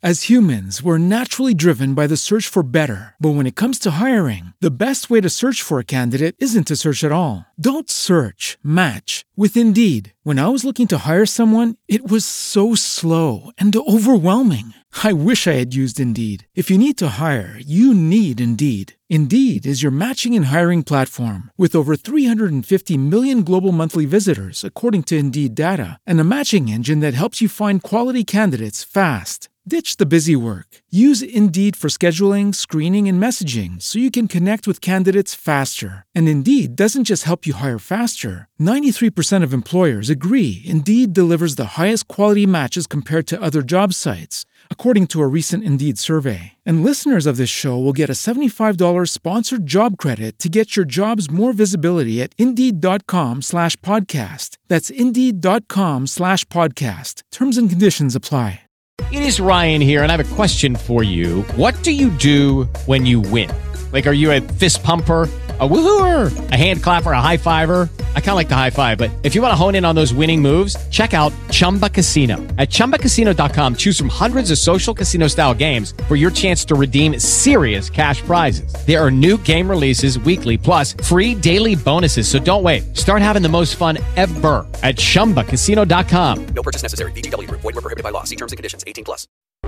As humans, we're naturally driven by the search for better. But when it comes to hiring, the best way to search for a candidate isn't to search at all. Don't search, match with Indeed. When I was looking to hire someone, it was so slow and overwhelming. I wish I had used Indeed. If you need to hire, you need Indeed. Indeed is your matching and hiring platform with over 350 million global monthly visitors, according to Indeed data, and a matching engine that helps you find quality candidates fast. Ditch the busy work. Use Indeed for scheduling, screening, and messaging so you can connect with candidates faster. And Indeed doesn't just help you hire faster. 93% of employers agree Indeed delivers the highest quality matches compared to other job sites, according to a recent Indeed survey. And listeners of this show will get a $75 sponsored job credit to get your jobs more visibility at Indeed.com/podcast. That's Indeed.com/podcast. Terms and conditions apply. It is Ryan here, and I have a question for you. What do you do when you win? Like, are you a fist pumper, a woohooer, a hand clapper, a high fiver? I kind of like the high five, but if you want to hone in on those winning moves, check out Chumba Casino. At ChumbaCasino.com, choose from hundreds of social casino-style games for your chance to redeem serious cash prizes. There are new game releases weekly, plus free daily bonuses, so don't wait. Start having the most fun ever at ChumbaCasino.com. No purchase necessary. VGW Group. Void where prohibited by law. See terms and conditions. 18+.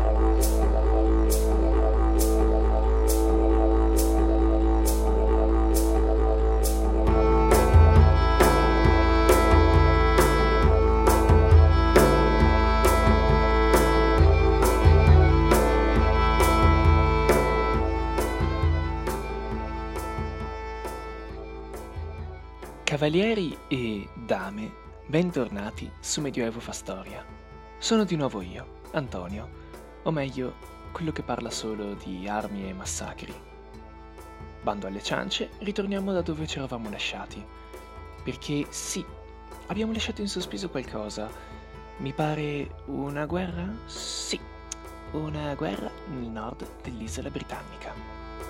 Cavalieri e dame, bentornati su Medioevo fa storia. Sono di nuovo io, Antonio, o meglio, quello che parla solo di armi e massacri. Bando alle ciance, ritorniamo da dove ci eravamo lasciati. Perché sì, abbiamo lasciato in sospeso qualcosa. Mi pare una guerra? Sì, una guerra nel nord dell'isola britannica.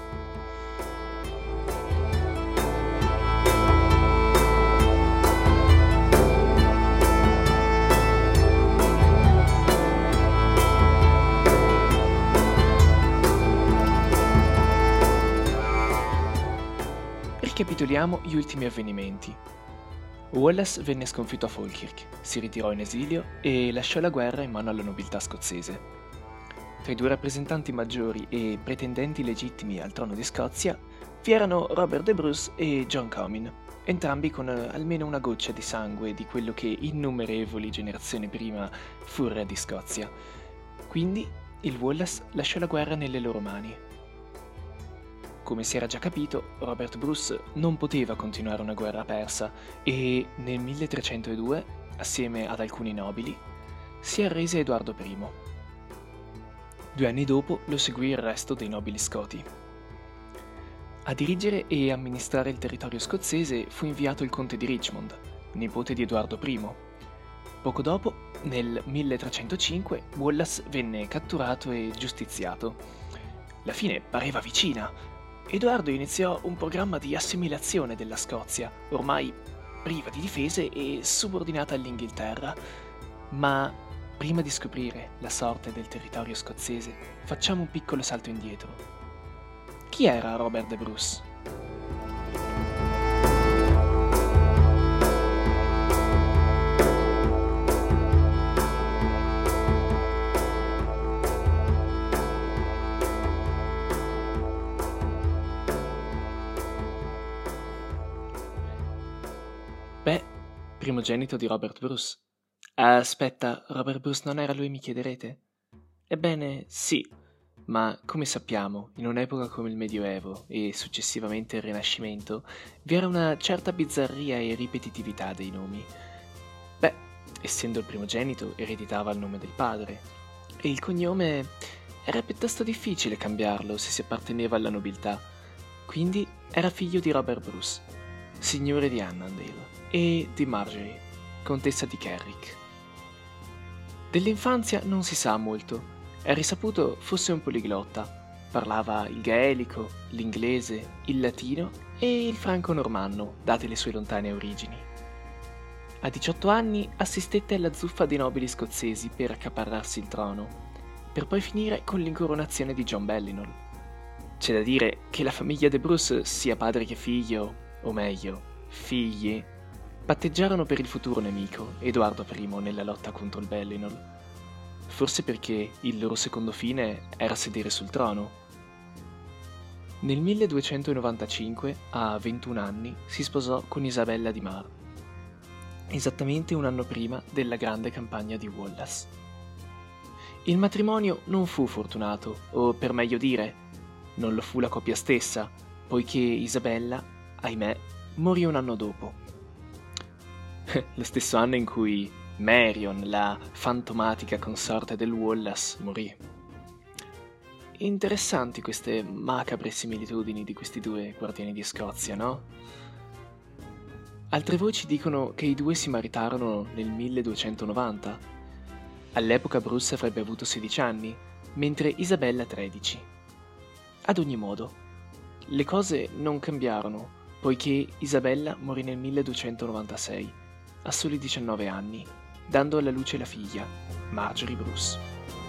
Ricapitoliamo gli ultimi avvenimenti. Wallace venne sconfitto a Falkirk, si ritirò in esilio e lasciò la guerra in mano alla nobiltà scozzese. Tra i due rappresentanti maggiori e pretendenti legittimi al trono di Scozia vi erano Robert de Bruce e John Comyn, entrambi con almeno una goccia di sangue di quello che innumerevoli generazioni prima fu re di Scozia. Quindi il Wallace lasciò la guerra nelle loro mani. Come si era già capito, Robert Bruce non poteva continuare una guerra persa e nel 1302, assieme ad alcuni nobili, si arrese Edoardo I. 2 anni dopo lo seguì il resto dei nobili scoti. A dirigere e amministrare il territorio scozzese fu inviato il conte di Richmond, nipote di Edoardo I. Poco dopo, nel 1305, Wallace venne catturato e giustiziato. La fine pareva vicina. Edoardo iniziò un programma di assimilazione della Scozia, ormai priva di difese e subordinata all'Inghilterra. Ma prima di scoprire la sorte del territorio scozzese, facciamo un piccolo salto indietro. Chi era Robert de Bruce? Primogenito di Robert Bruce. Aspetta, Robert Bruce non era lui, mi chiederete? Ebbene, sì, ma come sappiamo, in un'epoca come il Medioevo e successivamente il Rinascimento, vi era una certa bizzarria e ripetitività dei nomi. Beh, essendo il primogenito, ereditava il nome del padre, e il cognome era piuttosto difficile cambiarlo se si apparteneva alla nobiltà, quindi era figlio di Robert Bruce, signore di Annandale, e di Marjorie, contessa di Carrick. Dell'infanzia non si sa molto. È risaputo fosse un poliglotta. Parlava il gaelico, l'inglese, il latino e il franco-normanno, date le sue lontane origini. A 18 anni assistette alla zuffa dei nobili scozzesi per accaparrarsi il trono, per poi finire con l'incoronazione di John Bellinol. C'è da dire che la famiglia de Bruce, sia padre che figlio, o meglio, figli, patteggiarono per il futuro nemico, Edoardo I, nella lotta contro il Bellinol. Forse perché il loro secondo fine era sedere sul trono. Nel 1295, a 21 anni, si sposò con Isabella di Mar, esattamente un anno prima della grande campagna di Wallace. Il matrimonio non fu fortunato, o per meglio dire, non lo fu la coppia stessa, poiché Isabella, ahimè, morì un anno dopo. Lo stesso anno in cui Marion, la fantomatica consorte del Wallace, morì. Interessanti queste macabre similitudini di questi due guardiani di Scozia, no? Altre voci dicono che i due si maritarono nel 1290. All'epoca Bruce avrebbe avuto 16 anni, mentre Isabella 13. Ad ogni modo, le cose non cambiarono, poiché Isabella morì nel 1296, a soli 19 anni, dando alla luce la figlia, Marjorie Bruce.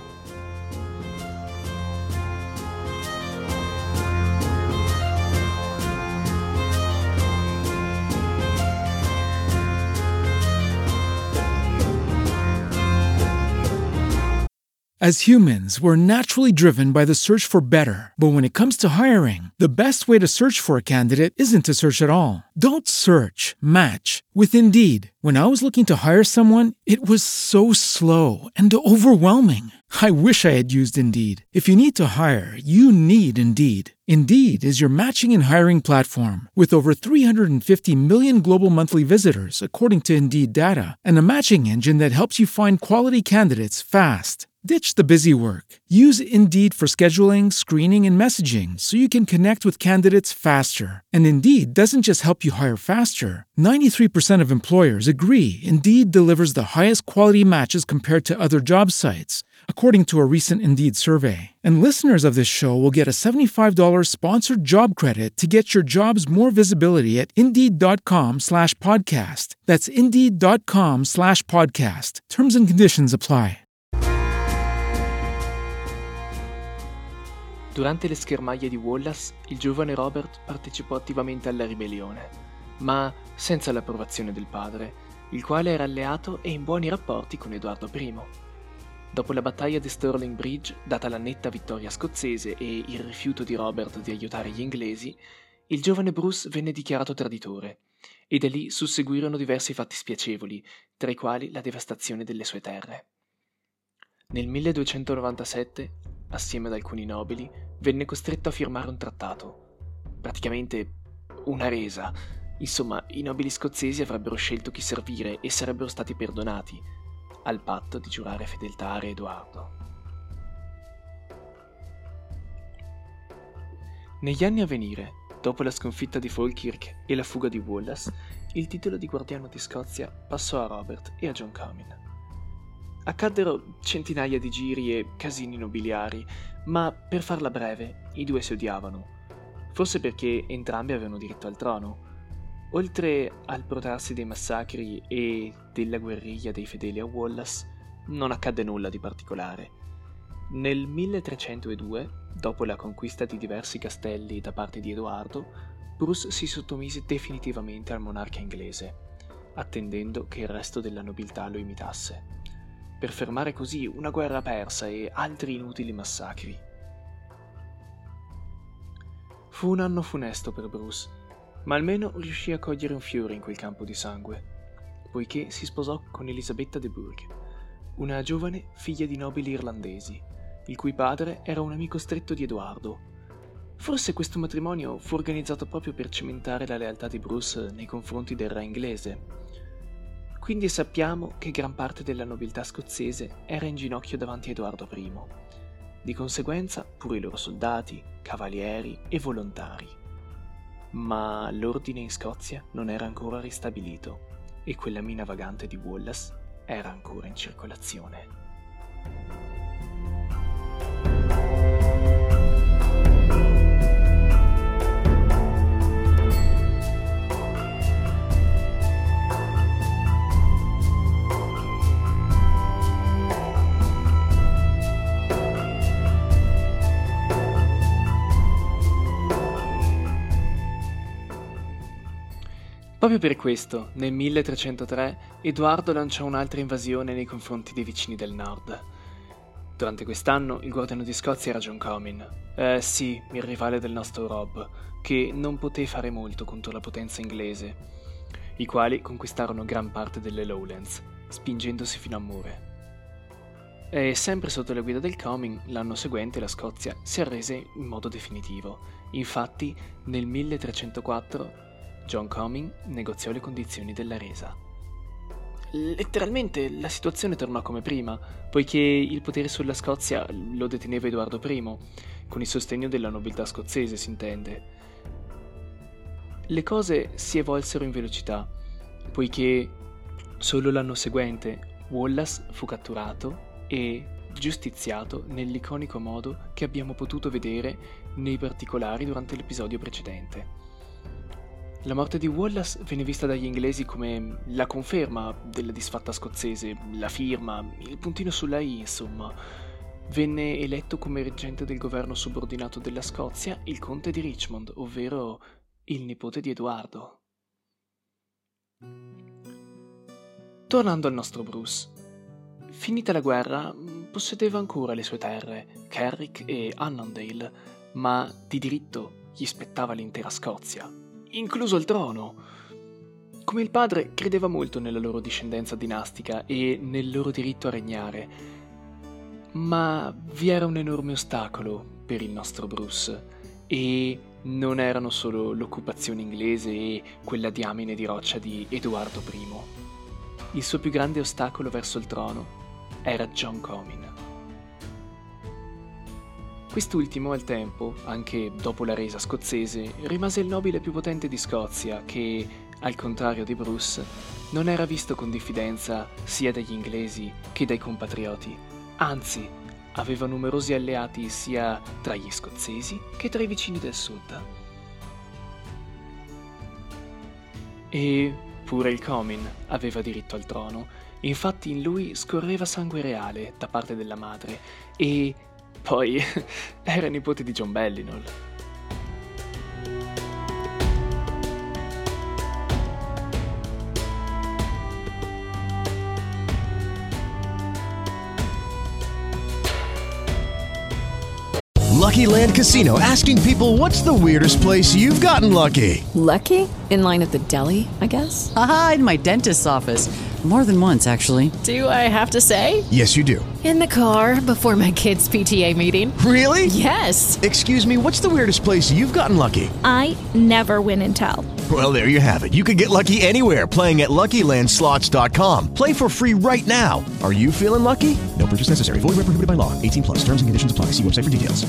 As humans, we're naturally driven by the search for better. But when it comes to hiring, the best way to search for a candidate isn't to search at all. Don't search, match with Indeed. When I was looking to hire someone, it was so slow and overwhelming. I wish I had used Indeed. If you need to hire, you need Indeed. Indeed is your matching and hiring platform with over 350 million global monthly visitors, according to Indeed data, and a matching engine that helps you find quality candidates fast. Ditch the busy work. Use Indeed for scheduling, screening, and messaging so you can connect with candidates faster. And Indeed doesn't just help you hire faster. 93% of employers agree Indeed delivers the highest quality matches compared to other job sites, according to a recent Indeed survey. And listeners of this show will get a $75 sponsored job credit to get your jobs more visibility at Indeed.com/podcast. That's Indeed.com/podcast. Terms and conditions apply. Durante le schermaglie di Wallace, il giovane Robert partecipò attivamente alla ribellione, ma senza l'approvazione del padre, il quale era alleato e in buoni rapporti con Edoardo I. Dopo la battaglia di Stirling Bridge, data la netta vittoria scozzese e il rifiuto di Robert di aiutare gli inglesi, il giovane Bruce venne dichiarato traditore, e da lì susseguirono diversi fatti spiacevoli, tra i quali la devastazione delle sue terre. Nel 1297, assieme ad alcuni nobili, venne costretto a firmare un trattato, praticamente una resa. Insomma, i nobili scozzesi avrebbero scelto chi servire e sarebbero stati perdonati, al patto di giurare fedeltà a re Edoardo. Negli anni a venire, dopo la sconfitta di Falkirk e la fuga di Wallace, il titolo di guardiano di Scozia passò a Robert e a John Comyn. Accaddero centinaia di giri e casini nobiliari, ma per farla breve, i due si odiavano, forse perché entrambi avevano diritto al trono. Oltre al protrarsi dei massacri e della guerriglia dei fedeli a Wallace, non accadde nulla di particolare. Nel 1302, dopo la conquista di diversi castelli da parte di Edoardo, Bruce si sottomise definitivamente al monarca inglese, attendendo che il resto della nobiltà lo imitasse, per fermare così una guerra persa e altri inutili massacri. Fu un anno funesto per Bruce, ma almeno riuscì a cogliere un fiore in quel campo di sangue, poiché si sposò con Elisabetta de Burgh, una giovane figlia di nobili irlandesi, il cui padre era un amico stretto di Edoardo. Forse questo matrimonio fu organizzato proprio per cimentare la lealtà di Bruce nei confronti del re inglese. Quindi sappiamo che gran parte della nobiltà scozzese era in ginocchio davanti a Edoardo I. Di conseguenza pure i loro soldati, cavalieri e volontari. Ma l'ordine in Scozia non era ancora ristabilito e quella mina vagante di Wallace era ancora in circolazione. Proprio per questo, nel 1303, Edoardo lanciò un'altra invasione nei confronti dei vicini del nord. Durante quest'anno il guardiano di Scozia era John Comyn. Sì, il rivale del nostro Rob, che non poté fare molto contro la potenza inglese, i quali conquistarono gran parte delle Lowlands, spingendosi fino a Moore. E sempre sotto la guida del Comyn, l'anno seguente la Scozia si arrese in modo definitivo. Infatti, nel 1304, John Comyn negoziò le condizioni della resa. Letteralmente la situazione tornò come prima, poiché il potere sulla Scozia lo deteneva Edoardo I, con il sostegno della nobiltà scozzese, si intende. Le cose si evolsero in velocità, poiché solo l'anno seguente Wallace fu catturato e giustiziato nell'iconico modo che abbiamo potuto vedere nei particolari durante l'episodio precedente. La morte di Wallace venne vista dagli inglesi come la conferma della disfatta scozzese, la firma, il puntino sulla I, insomma. Venne eletto come reggente del governo subordinato della Scozia il conte di Richmond, ovvero il nipote di Edoardo. Tornando al nostro Bruce. Finita la guerra, possedeva ancora le sue terre, Carrick e Annandale, ma di diritto gli spettava l'intera Scozia, incluso il trono. Come il padre, credeva molto nella loro discendenza dinastica e nel loro diritto a regnare, ma vi era un enorme ostacolo per il nostro Bruce, e non erano solo l'occupazione inglese e quella diamine di roccia di Edoardo I. Il suo più grande ostacolo verso il trono era John Comyn. Quest'ultimo, al tempo, anche dopo la resa scozzese, rimase il nobile più potente di Scozia che, al contrario di Bruce, non era visto con diffidenza sia dagli inglesi che dai compatrioti. Anzi, aveva numerosi alleati sia tra gli scozzesi che tra i vicini del sud. E pure il Comyn aveva diritto al trono, infatti in lui scorreva sangue reale da parte della madre e poi era nipote di John Bellinol. Lucky Land Casino, asking people, what's the weirdest place you've gotten lucky? Lucky? In line at the deli, I guess? Aha, in my dentist's office. More than once, actually. Do I have to say? Yes, you do. In the car before my kids' PTA meeting. Really? Yes. Excuse me, what's the weirdest place you've gotten lucky? I never win and tell. Well, there you have it. You can get lucky anywhere, playing at LuckyLandSlots.com. Play for free right now. Are you feeling lucky? No purchase necessary. Void where prohibited by law. 18 plus. Terms and conditions apply. See website for details.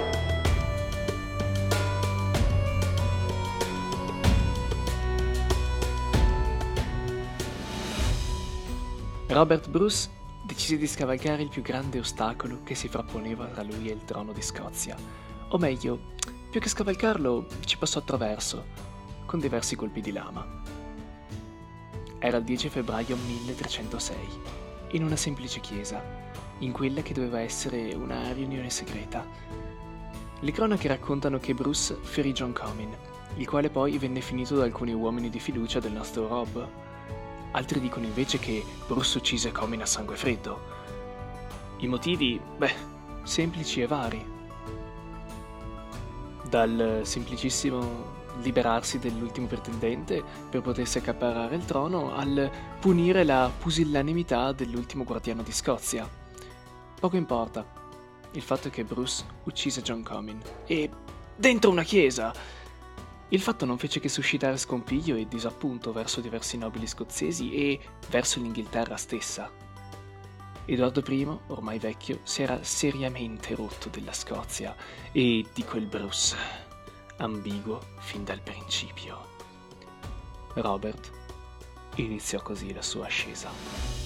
Robert Bruce decise di scavalcare il più grande ostacolo che si frapponeva tra lui e il trono di Scozia. O meglio, più che scavalcarlo, ci passò attraverso, con diversi colpi di lama. Era il 10 febbraio 1306, in una semplice chiesa, in quella che doveva essere una riunione segreta. Le cronache raccontano che Bruce ferì John Comyn, il quale poi venne finito da alcuni uomini di fiducia del nostro Rob. Altri dicono invece che Bruce uccise Comyn a sangue freddo. I motivi, semplici e vari. Dal semplicissimo liberarsi dell'ultimo pretendente per potersi accaparrare il trono, al punire la pusillanimità dell'ultimo guardiano di Scozia. Poco importa. Il fatto è che Bruce uccise John Comyn. E dentro una chiesa! Il fatto non fece che suscitare scompiglio e disappunto verso diversi nobili scozzesi e verso l'Inghilterra stessa. Edoardo I, ormai vecchio, si era seriamente rotto della Scozia e di quel Bruce, ambiguo fin dal principio. Robert iniziò così la sua ascesa.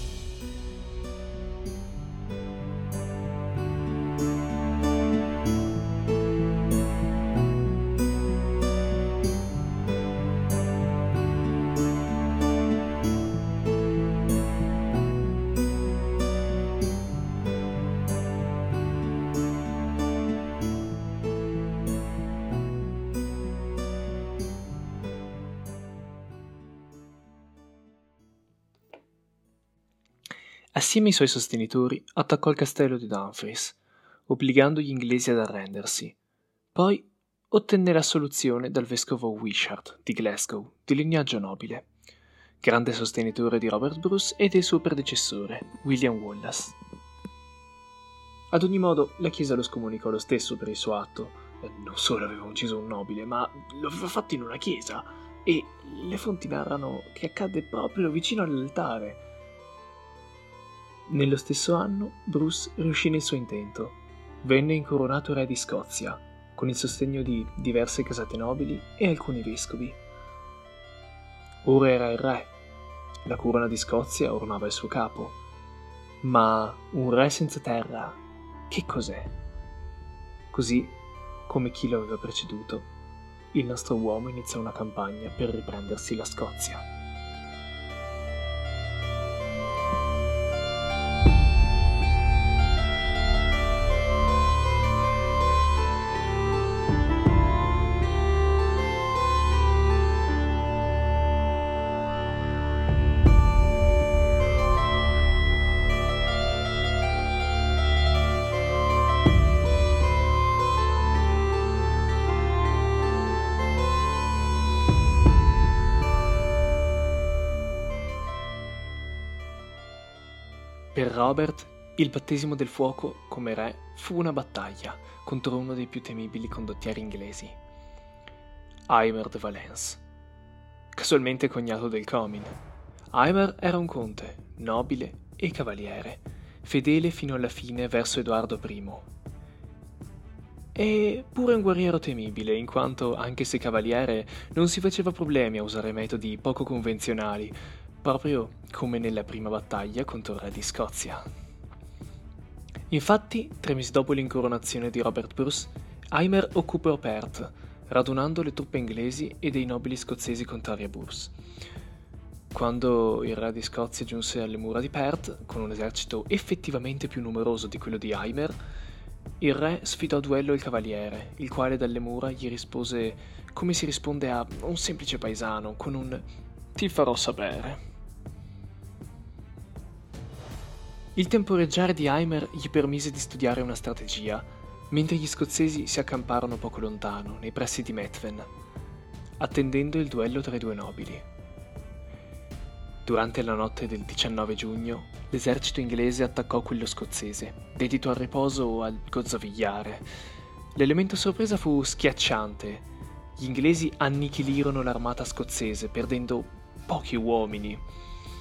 Assieme ai suoi sostenitori attaccò il castello di Dumfries, obbligando gli inglesi ad arrendersi. Poi ottenne l'assoluzione dal vescovo Wishart di Glasgow, di lignaggio nobile, grande sostenitore di Robert Bruce e del suo predecessore, William Wallace. Ad ogni modo, la Chiesa lo scomunicò lo stesso per il suo atto. Non solo aveva ucciso un nobile, ma lo aveva fatto in una chiesa, e le fonti narrano che accadde proprio vicino all'altare. Nello stesso anno, Bruce riuscì nel suo intento. Venne incoronato re di Scozia, con il sostegno di diverse casate nobili e alcuni vescovi. Ora era il re. La corona di Scozia ornava il suo capo. Ma un re senza terra, che cos'è? Così, come chi lo aveva preceduto, il nostro uomo iniziò una campagna per riprendersi la Scozia. Per Robert, il battesimo del fuoco come re fu una battaglia contro uno dei più temibili condottieri inglesi, Aymer de Valence, casualmente cognato del Comyn. Aymer era un conte, nobile e cavaliere, fedele fino alla fine verso Edoardo I. E pure un guerriero temibile, in quanto, anche se cavaliere, non si faceva problemi a usare metodi poco convenzionali, proprio come nella prima battaglia contro il re di Scozia. Infatti, 3 mesi dopo l'incoronazione di Robert Bruce, Aymer occupò Perth, radunando le truppe inglesi e dei nobili scozzesi contrari a Bruce. Quando il re di Scozia giunse alle mura di Perth, con un esercito effettivamente più numeroso di quello di Aymer, il re sfidò a duello il cavaliere, il quale dalle mura gli rispose come si risponde a un semplice paesano, con un "ti farò sapere". Il temporeggiare di Aymer gli permise di studiare una strategia, mentre gli scozzesi si accamparono poco lontano, nei pressi di Methven, attendendo il duello tra i due nobili. Durante la notte del 19 giugno, l'esercito inglese attaccò quello scozzese, dedito al riposo o al gozzovigliare. L'elemento sorpresa fu schiacciante. Gli inglesi annichilirono l'armata scozzese, perdendo pochi uomini.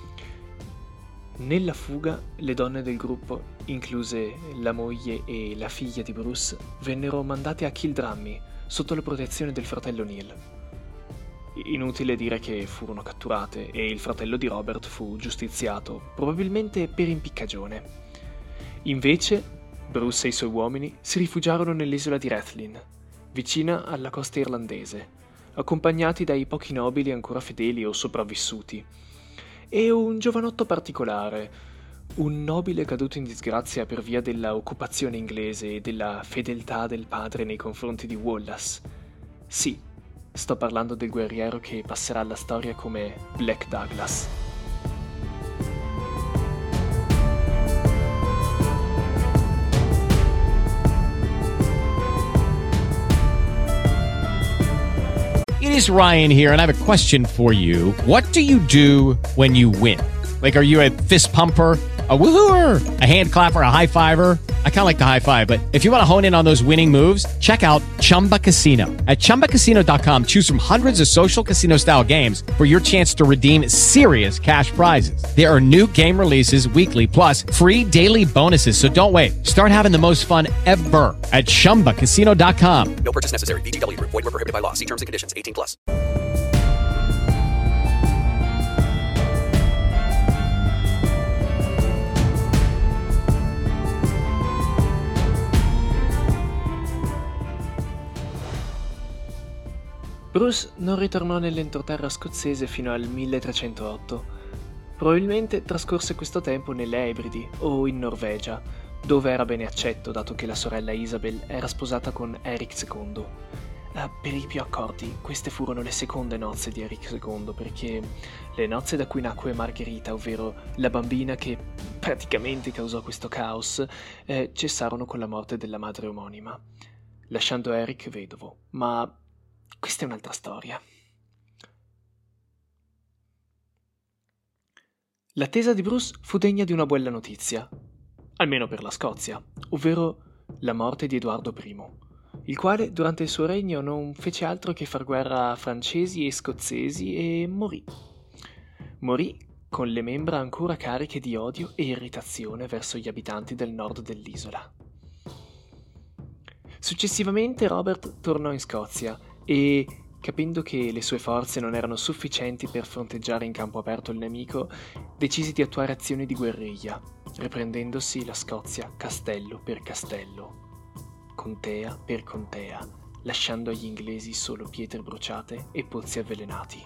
Nella fuga, le donne del gruppo, incluse la moglie e la figlia di Bruce, vennero mandate a Kildrammy, sotto la protezione del fratello Neil. Inutile dire che furono catturate e il fratello di Robert fu giustiziato, probabilmente per impiccagione. Invece, Bruce e i suoi uomini si rifugiarono nell'isola di Rathlin, vicina alla costa irlandese, accompagnati dai pochi nobili ancora fedeli o sopravvissuti, e un giovanotto particolare, un nobile caduto in disgrazia per via della occupazione inglese e della fedeltà del padre nei confronti di Wallace. Sì, sto parlando del guerriero che passerà alla storia come Black Douglas. It is Ryan here, and I have a question for you. What do you do when you win? Like, are you a fist pumper, a woohooer, a hand clapper, a high fiver? I kind of like the high five, but if you want to hone in on those winning moves, check out Chumba Casino. At ChumbaCasino.com, choose from hundreds of social casino-style games for your chance to redeem serious cash prizes. There are new game releases weekly, plus free daily bonuses, so don't wait. Start having the most fun ever at ChumbaCasino.com. No purchase necessary. VGW Group. Void where prohibited by law. See terms and conditions. 18+. Bruce non ritornò nell'entroterra scozzese fino al 1308. Probabilmente trascorse questo tempo nelle Ebridi o in Norvegia, dove era bene accetto dato che la sorella Isabel era sposata con Eric II. per i più accorti, queste furono le seconde nozze di Eric II, perché le nozze da cui nacque Margherita, ovvero la bambina che praticamente causò questo caos, cessarono con la morte della madre omonima, lasciando Eric vedovo. Ma questa è un'altra storia. L'attesa di Bruce fu degna di una bella notizia, almeno per la Scozia, ovvero la morte di Edoardo I, il quale durante il suo regno non fece altro che far guerra a francesi e scozzesi e morì. Morì con le membra ancora cariche di odio e irritazione verso gli abitanti del nord dell'isola. Successivamente Robert tornò in Scozia e, capendo che le sue forze non erano sufficienti per fronteggiare in campo aperto il nemico, decise di attuare azioni di guerriglia, riprendendosi la Scozia castello per castello, contea per contea, lasciando agli inglesi solo pietre bruciate e pozzi avvelenati.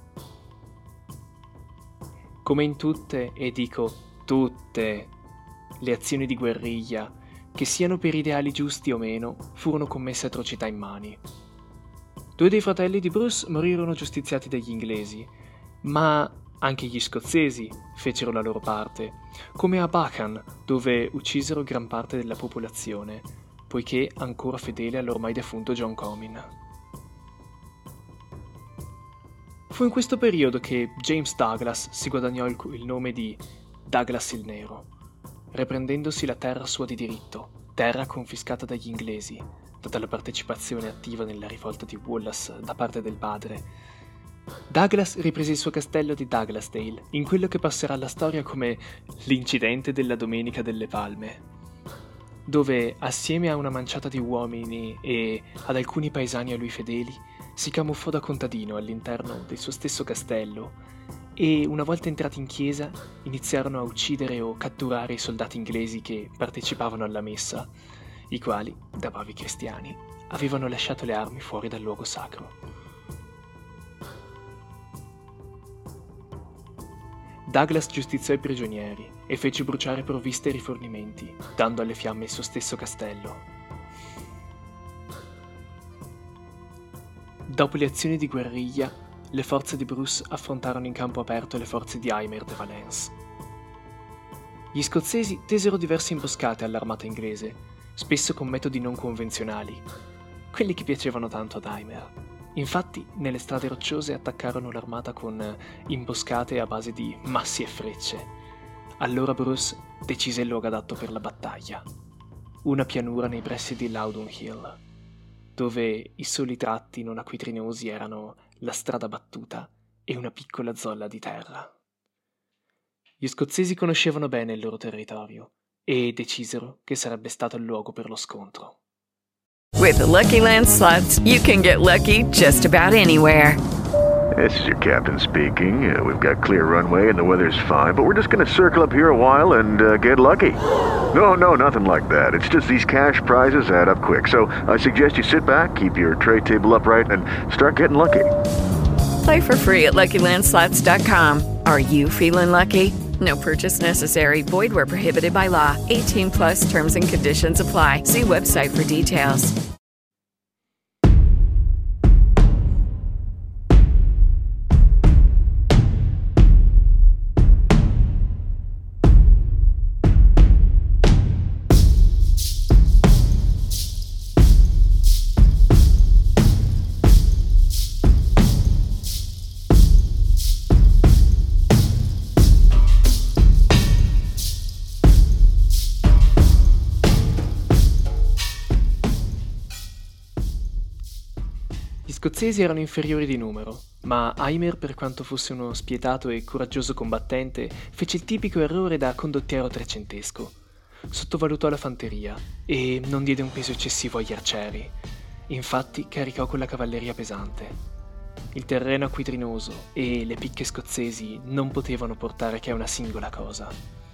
Come in tutte, e dico tutte, le azioni di guerriglia, che siano per ideali giusti o meno, furono commesse atrocità immani. 2 dei fratelli di Bruce morirono giustiziati dagli inglesi, ma anche gli scozzesi fecero la loro parte, come a Buchan, dove uccisero gran parte della popolazione, poiché ancora fedele all'ormai defunto John Comyn. Fu in questo periodo che James Douglas si guadagnò il nome di Douglas il Nero, riprendendosi la terra sua di diritto, terra confiscata dagli inglesi, data la partecipazione attiva nella rivolta di Wallace da parte del padre. Douglas riprese il suo castello di Douglasdale, in quello che passerà alla storia come l'incidente della Domenica delle Palme, dove, assieme a una manciata di uomini e ad alcuni paesani a lui fedeli, si camuffò da contadino all'interno del suo stesso castello e, una volta entrati in chiesa, iniziarono a uccidere o catturare i soldati inglesi che partecipavano alla messa, i quali, da bravi cristiani, avevano lasciato le armi fuori dal luogo sacro. Douglas giustiziò i prigionieri e fece bruciare provviste e rifornimenti, dando alle fiamme il suo stesso castello. Dopo le azioni di guerriglia, le forze di Bruce affrontarono in campo aperto le forze di Aymer de Valence. Gli scozzesi tesero diverse imboscate all'armata inglese, spesso con metodi non convenzionali, quelli che piacevano tanto ad Aymer. Infatti, nelle strade rocciose attaccarono l'armata con imboscate a base di massi e frecce. Allora Bruce decise il luogo adatto per la battaglia: una pianura nei pressi di Loudon Hill, dove i soli tratti non acquitrinosi erano la strada battuta e una piccola zolla di terra. Gli scozzesi conoscevano bene il loro territorio e decisero che sarebbe stato il luogo per lo scontro. With the Lucky Land Slots, you can get lucky just about anywhere. This is your captain speaking. We've got clear runway and the weather's fine, but we're just going to circle up here a while and get lucky. No, nothing like that. It's just these cash prizes add up quick. So I suggest you sit back, keep your tray table upright, and start getting lucky. Play for free at LuckyLandSlots.com. Are you feeling lucky? No purchase necessary. Void where prohibited by law. 18 plus terms and conditions apply. See website for details. Gli scozzesi erano inferiori di numero, ma Aymer, per quanto fosse uno spietato e coraggioso combattente, fece il tipico errore da condottiero trecentesco. Sottovalutò la fanteria e non diede un peso eccessivo agli arcieri. Infatti caricò con la cavalleria pesante. Il terreno acquitrinoso e le picche scozzesi non potevano portare che a una singola cosa.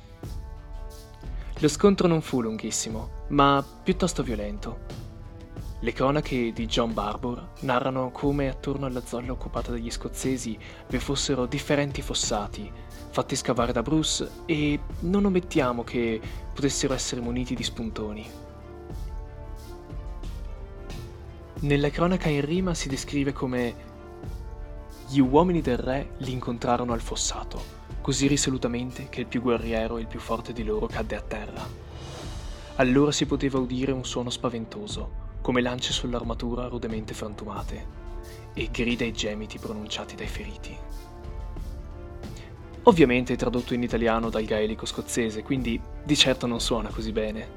Lo scontro non fu lunghissimo, ma piuttosto violento. Le cronache di John Barbour narrano come attorno alla zolla occupata dagli scozzesi vi fossero differenti fossati, fatti scavare da Bruce, e non omettiamo che potessero essere muniti di spuntoni. Nella cronaca in rima si descrive come: gli uomini del re li incontrarono al fossato, così risolutamente che il più guerriero e il più forte di loro cadde a terra. Allora si poteva udire un suono spaventoso, come lance sull'armatura rudemente frantumate, e grida e gemiti pronunciati dai feriti. Ovviamente è tradotto in italiano dal gaelico scozzese, quindi di certo non suona così bene.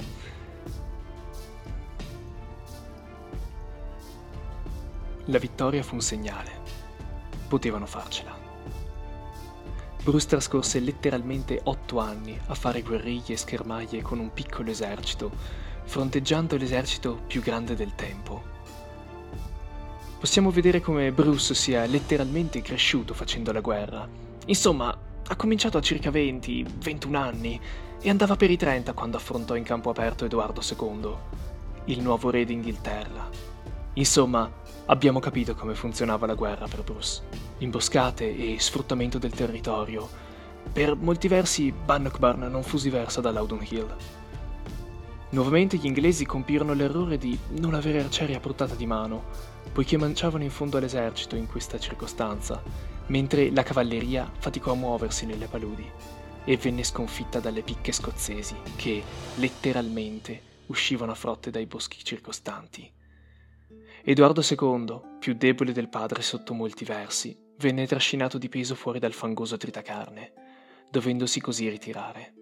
La vittoria fu un segnale. Potevano farcela. Bruce trascorse letteralmente 8 anni a fare guerriglie e schermaglie con un piccolo esercito, fronteggiando l'esercito più grande del tempo. Possiamo vedere come Bruce sia letteralmente cresciuto facendo la guerra. Insomma, ha cominciato a circa 20-21 anni e andava per i 30 quando affrontò in campo aperto Edoardo II, il nuovo re d'Inghilterra. Insomma, abbiamo capito come funzionava la guerra per Bruce. Imboscate e sfruttamento del territorio. Per molti versi Bannockburn non fu diversa da Loudon Hill. Nuovamente gli inglesi compirono l'errore di non avere arcieri a portata di mano, poiché manciavano in fondo all'esercito in questa circostanza, mentre la cavalleria faticò a muoversi nelle paludi e venne sconfitta dalle picche scozzesi che, letteralmente, uscivano a frotte dai boschi circostanti. Edoardo II, più debole del padre sotto molti versi, venne trascinato di peso fuori dal fangoso tritacarne, dovendosi così ritirare.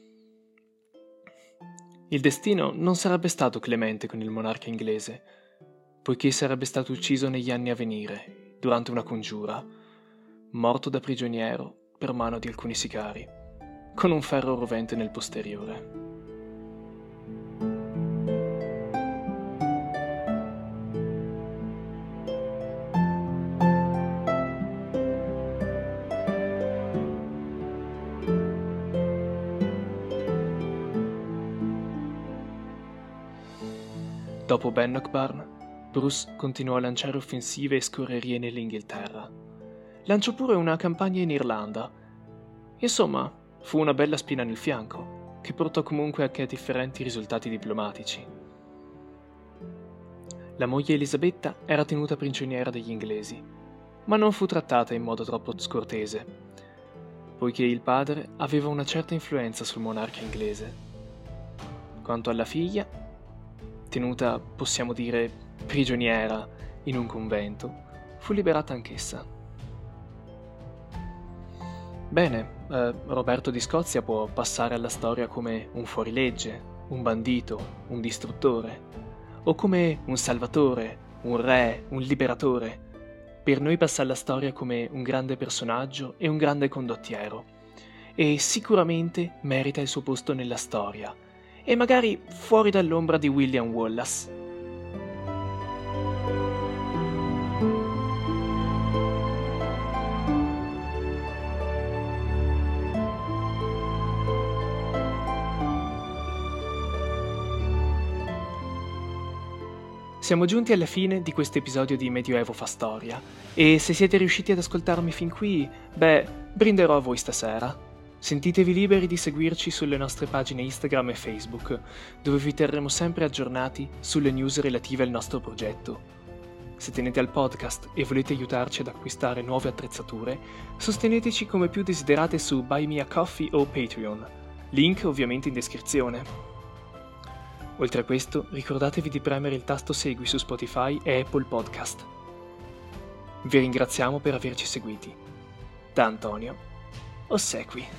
Il destino non sarebbe stato clemente con il monarca inglese, poiché sarebbe stato ucciso negli anni a venire, durante una congiura, morto da prigioniero per mano di alcuni sicari, con un ferro rovente nel posteriore. Dopo Bannockburn, Bruce continuò a lanciare offensive e scorrerie nell'Inghilterra. Lanciò pure una campagna in Irlanda. Insomma, fu una bella spina nel fianco, che portò comunque anche a differenti risultati diplomatici. La moglie Elisabetta era tenuta prigioniera dagli inglesi, ma non fu trattata in modo troppo scortese, poiché il padre aveva una certa influenza sul monarca inglese. Quanto alla figlia, tenuta, possiamo dire, prigioniera in un convento, fu liberata anch'essa. Bene, Roberto di Scozia può passare alla storia come un fuorilegge, un bandito, un distruttore, o come un salvatore, un re, un liberatore. Per noi passa alla storia come un grande personaggio e un grande condottiero, e sicuramente merita il suo posto nella storia, e magari fuori dall'ombra di William Wallace. Siamo giunti alla fine di questo episodio di Medioevo fa storia, e se siete riusciti ad ascoltarmi fin qui, brinderò a voi stasera. Sentitevi liberi di seguirci sulle nostre pagine Instagram e Facebook, dove vi terremo sempre aggiornati sulle news relative al nostro progetto. Se tenete al podcast e volete aiutarci ad acquistare nuove attrezzature, sosteneteci come più desiderate su Buy Me a Coffee o Patreon, link ovviamente in descrizione. Oltre a questo, ricordatevi di premere il tasto Segui su Spotify e Apple Podcast. Vi ringraziamo per averci seguiti. Da Antonio, ossequi.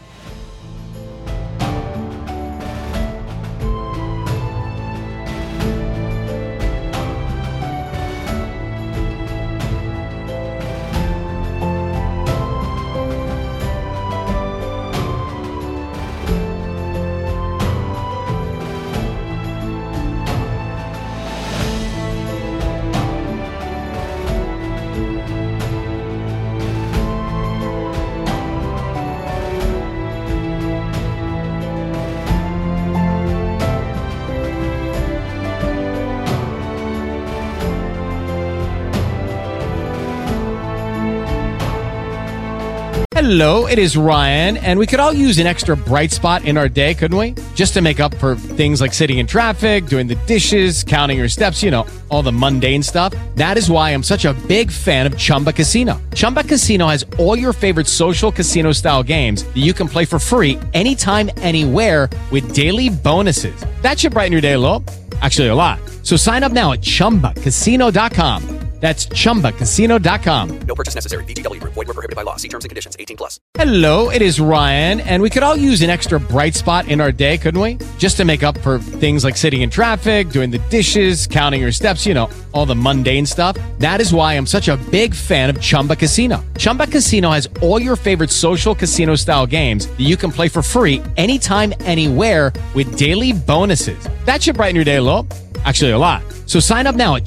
Hello, it is Ryan, and we could all use an extra bright spot in our day, couldn't we? Just to make up for things like sitting in traffic, doing the dishes, counting your steps, you know, all the mundane stuff. That is why I'm such a big fan of Chumba Casino. Chumba Casino has all your favorite social casino-style games that you can play for free anytime, anywhere with daily bonuses. That should brighten your day a little. Actually, a lot. So sign up now at ChumbaCasino.com. That's ChumbaCasino.com. No purchase necessary. VGW Group. Void where prohibited by law. See terms and conditions. 18+. Hello, it is Ryan, and we could all use an extra bright spot in our day, couldn't we? Just to make up for things like sitting in traffic, doing the dishes, counting your steps, you know, all the mundane stuff. That is why I'm such a big fan of Chumba Casino. Chumba Casino has all your favorite social casino-style games that you can play for free anytime, anywhere with daily bonuses. That should brighten your day a little. Actually, a lot. So sign up now at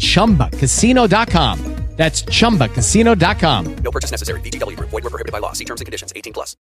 ChumbaCasino.com. That's ChumbaCasino.com. No purchase necessary. VGW Group. Void where prohibited by law. See terms and conditions. 18+.